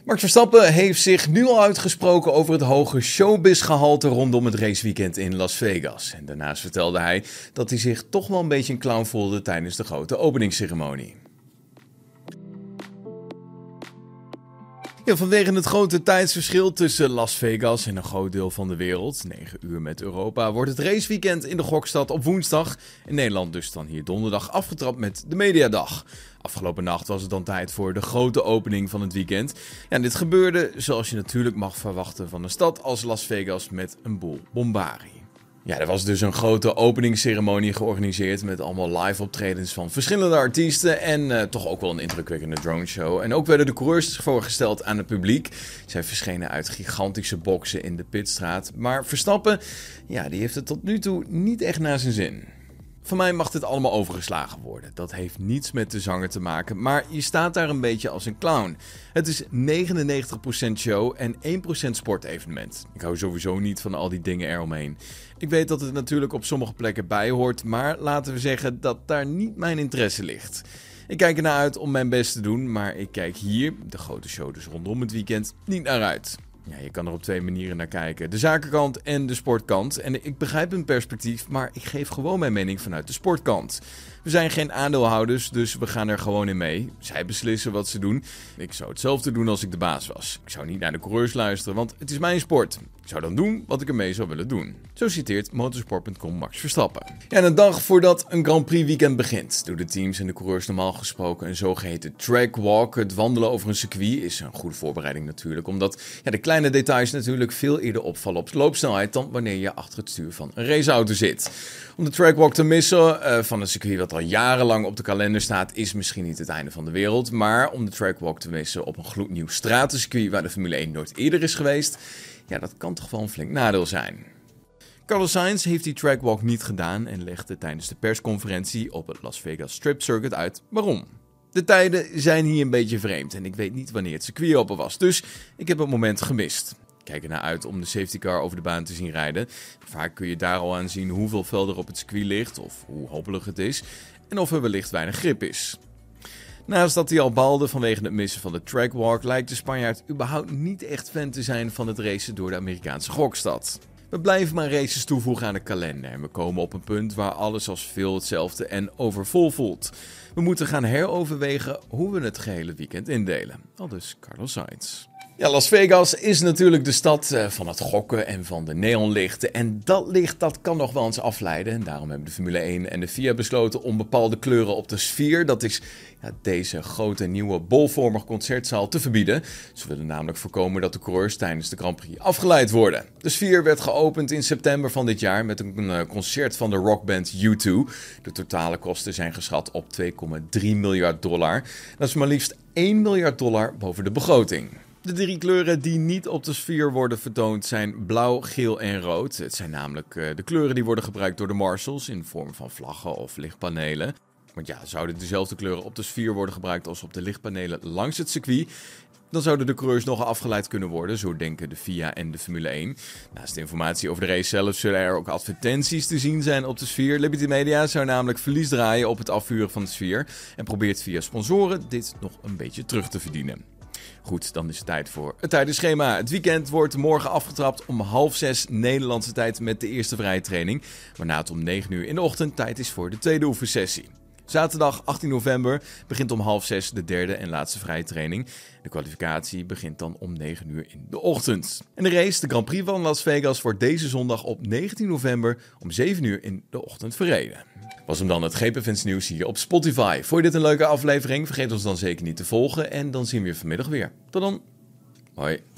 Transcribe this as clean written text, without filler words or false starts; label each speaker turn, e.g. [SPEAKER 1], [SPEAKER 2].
[SPEAKER 1] Max Verstappen heeft zich nu al uitgesproken over het hoge showbiz-gehalte rondom het raceweekend in Las Vegas. En daarnaast vertelde hij dat hij zich toch wel een beetje een clown voelde tijdens de grote openingsceremonie. Ja, vanwege het grote tijdsverschil tussen Las Vegas en een groot deel van de wereld, 9 uur met Europa, wordt het raceweekend in de gokstad op woensdag, in Nederland dus dan hier donderdag, afgetrapt met de mediadag. Afgelopen nacht was het dan tijd voor de grote opening van het weekend. Ja, en dit gebeurde zoals je natuurlijk mag verwachten van een stad als Las Vegas met een boel bombarie. Ja, er was dus een grote openingsceremonie georganiseerd met allemaal live optredens van verschillende artiesten en toch ook wel een indrukwekkende droneshow. En ook werden de coureurs voorgesteld aan het publiek. Zij verschenen uit gigantische boxen in de pitstraat. Maar Verstappen, ja, die heeft het tot nu toe niet echt naar zijn zin. Van mij mag dit allemaal overgeslagen worden. Dat heeft niets met de zanger te maken, maar je staat daar een beetje als een clown. Het is 99% show en 1% sportevenement. Ik hou sowieso niet van al die dingen eromheen. Ik weet dat het natuurlijk op sommige plekken bij hoort, maar laten we zeggen dat daar niet mijn interesse ligt. Ik kijk ernaar uit om mijn best te doen, maar ik kijk hier, de grote show dus rondom het weekend, niet naar uit. Ja, je kan er op twee manieren naar kijken. De zakenkant en de sportkant. En ik begrijp hun perspectief, maar ik geef gewoon mijn mening vanuit de sportkant. We zijn geen aandeelhouders, dus we gaan er gewoon in mee. Zij beslissen wat ze doen. Ik zou hetzelfde doen als ik de baas was. Ik zou niet naar de coureurs luisteren, want het is mijn sport. Ik zou dan doen wat ik ermee zou willen doen. Zo citeert motorsport.com Max Verstappen. Ja, en een dag voordat een Grand Prix weekend begint, doen de teams en de coureurs normaal gesproken een zogeheten track walk. Het wandelen over een circuit is een goede voorbereiding natuurlijk, omdat de kleine details natuurlijk veel eerder opvallen op loopsnelheid dan wanneer je achter het stuur van een raceauto zit. Om de trackwalk te missen van een circuit wat al jarenlang op de kalender staat, is misschien niet het einde van de wereld. Maar om de trackwalk te missen op een gloednieuw stratencircuit waar de Formule 1 nooit eerder is geweest, ja, dat kan toch wel een flink nadeel zijn. Carlos Sainz heeft die trackwalk niet gedaan en legde tijdens de persconferentie op het Las Vegas Strip Circuit uit waarom. De tijden zijn hier een beetje vreemd en ik weet niet wanneer het circuit open was, dus ik heb het moment gemist. Ik kijk ernaar uit om de safety car over de baan te zien rijden. Vaak kun je daar al aan zien hoeveel vel er op het circuit ligt of hoe hobbelig het is en of er wellicht weinig grip is. Naast dat hij al baalde vanwege het missen van de trackwalk, lijkt de Spanjaard überhaupt niet echt fan te zijn van het racen door de Amerikaanse gokstad. We blijven maar races toevoegen aan de kalender en we komen op een punt waar alles als veel hetzelfde en overvol voelt. We moeten gaan heroverwegen hoe we het gehele weekend indelen. Aldus Carlos Sainz. Ja, Las Vegas is natuurlijk de stad van het gokken en van de neonlichten. En dat licht dat kan nog wel eens afleiden. En daarom hebben de Formule 1 en de FIA besloten om bepaalde kleuren op de sfeer, dat is deze grote nieuwe bolvormige concertzaal, te verbieden. Ze willen namelijk voorkomen dat de coureurs tijdens de Grand Prix afgeleid worden. De sfeer werd geopend in september van dit jaar met een concert van de rockband U2. De totale kosten zijn geschat op $2,3 miljard. Dat is maar liefst $1 miljard boven de begroting. De 3 kleuren die niet op de sfeer worden vertoond zijn blauw, geel en rood. Het zijn namelijk de kleuren die worden gebruikt door de marshals in vorm van vlaggen of lichtpanelen. Want ja, zouden dezelfde kleuren op de sfeer worden gebruikt als op de lichtpanelen langs het circuit, dan zouden de coureurs nog afgeleid kunnen worden, zo denken de FIA en de Formule 1. Naast de informatie over de race zelf zullen er ook advertenties te zien zijn op de sfeer. Liberty Media zou namelijk verlies draaien op het afvuren van de sfeer en probeert via sponsoren dit nog een beetje terug te verdienen. Goed, dan is het tijd voor het tijdenschema. Het weekend wordt morgen afgetrapt om 5:30 Nederlandse tijd met de eerste vrije training, waarna het om 9 uur in de ochtend tijd is voor de tweede oefensessie. Zaterdag 18 november begint om 5:30 de derde en laatste vrije training. De kwalificatie begint dan om 9 uur in de ochtend. En de race, de Grand Prix van Las Vegas, wordt deze zondag op 19 november om 7 uur in de ochtend verreden. Was hem dan het GP-fans nieuws hier op Spotify. Vond je dit een leuke aflevering? Vergeet ons dan zeker niet te volgen en dan zien we je vanmiddag weer. Tot dan. Hoi.